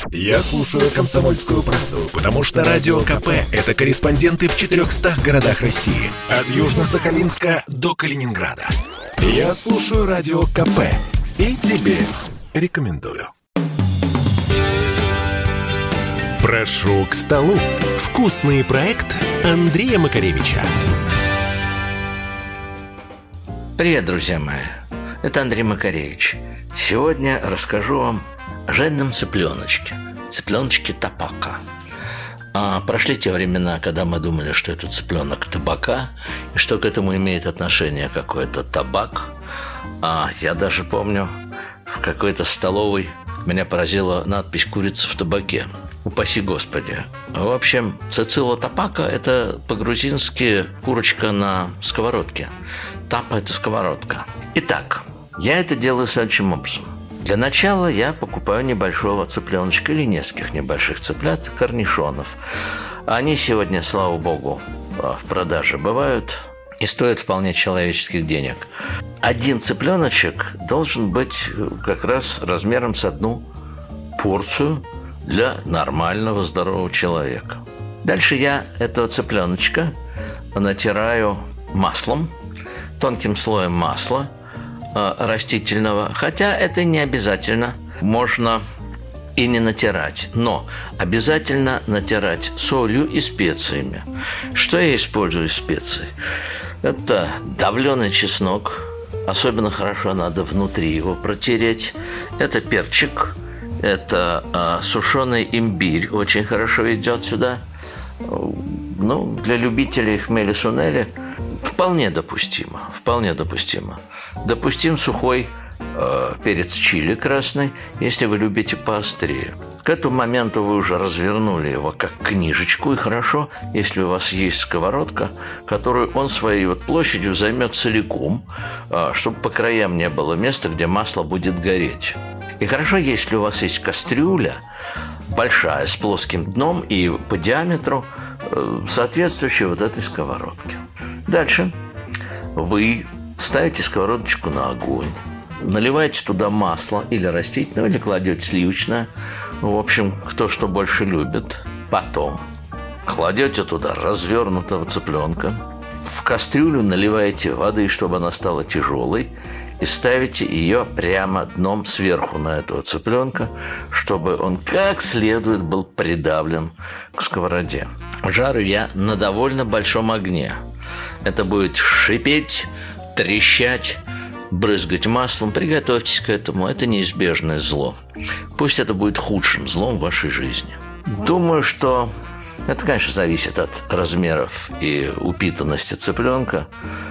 Я слушаю «Комсомольскую правду», потому что Радио КП – это корреспонденты в 400 городах России. От Южно-Сахалинска до Калининграда. Я слушаю Радио КП и тебе рекомендую. Прошу к столу. Вкусный проект Андрея Макаревича. Привет, друзья мои. Это Андрей Макаревич. Сегодня расскажу вам о жареном цыпленочке. Цыпленочке Тапака. Прошли те времена, когда мы думали, что это цыпленок табака, и что к этому имеет отношение какой-то табак. Я даже помню, в какой-то столовой меня поразила надпись «Курица в табаке». Упаси Господи. В общем, цицила тапака – это по-грузински курочка на сковородке. Тапа – это сковородка. Итак, я это делаю следующим образом. Для начала я покупаю небольшого цыпленочка или нескольких небольших цыплят, корнишонов. Они сегодня, слава богу, в продаже бывают и стоят вполне человеческих денег. Один цыпленочек должен быть как раз размером с одну порцию для нормального здорового человека. Дальше я этого цыпленочка натираю маслом, тонким слоем масла растительного, хотя это не обязательно, можно и не натирать, но обязательно натирать солью и специями. Что я использую из специй? Это давленый чеснок, особенно хорошо надо внутри его протереть. Это перчик, это сушеный имбирь, очень хорошо идет сюда. Ну, для любителей хмели-сунели вполне допустимо. Допустим сухой перец чили красный, если вы любите поострее. К этому моменту вы уже развернули его как книжечку, и хорошо, если у вас есть сковородка, которую он своей вот площадью займет целиком, чтобы по краям не было места, где масло будет гореть. И хорошо, если у вас есть кастрюля большая, с плоским дном и по диаметру, соответствующая вот этой сковородке. Дальше вы ставите сковородочку на огонь, наливаете туда масло или растительное, или кладете сливочное. В общем, кто что больше любит. Потом кладете туда развернутого цыпленка. В кастрюлю наливаете воды, чтобы она стала тяжелой, и ставите ее прямо дном сверху на этого цыпленка, чтобы он как следует был придавлен к сковороде. Жарю я на довольно большом огне. Это будет шипеть, трещать, брызгать маслом. Приготовьтесь к этому. Это неизбежное зло. Пусть это будет худшим злом в вашей жизни. Думаю, что это, конечно, зависит от размеров и упитанности цыпленка,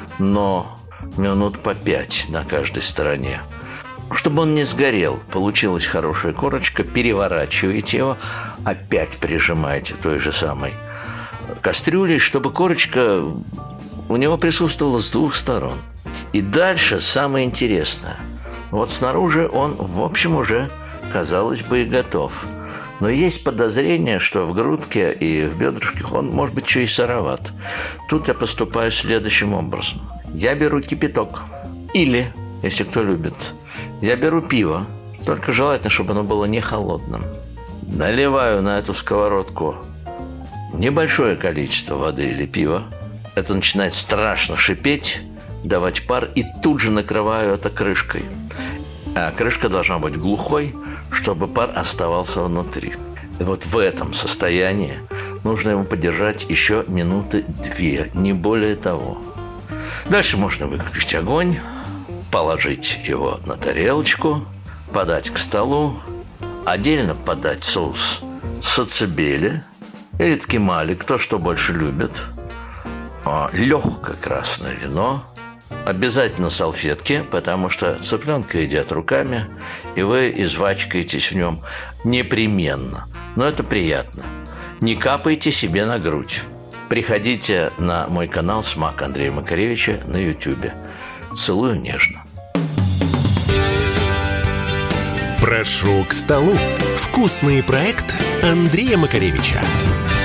но минут по 5 на каждой стороне. Чтобы он не сгорел, получилась хорошая корочка, переворачиваете его, опять прижимаете той же самой кастрюлей, чтобы корочка у него присутствовала с двух сторон. И дальше самое интересное. Вот снаружи он, в общем, уже, казалось бы, и готов. Но есть подозрение, что в грудке и в бедрышках он может быть чуть и сыроват. Тут я поступаю следующим образом. Я беру кипяток. Или, если кто любит, я беру пиво. Только желательно, чтобы оно было не холодным. Наливаю на эту сковородку небольшое количество воды или пива. Это начинает страшно шипеть, давать пар, и тут же накрываю это крышкой. А крышка должна быть глухой, чтобы пар оставался внутри. И вот в этом состоянии нужно его подержать еще минуты 2, не более того. Дальше можно выключить огонь, положить его на тарелочку, подать к столу, отдельно подать соус сацебели или ткемали, кто что больше любит, легкое красное вино, обязательно салфетки, потому что цыпленка едят руками, и вы извачкаетесь в нем непременно. Но это приятно. Не капайте себе на грудь. Приходите на мой канал «Смак Андрея Макаревича» на YouTube. Целую нежно. Прошу к столу. Вкусный проект Андрея Макаревича.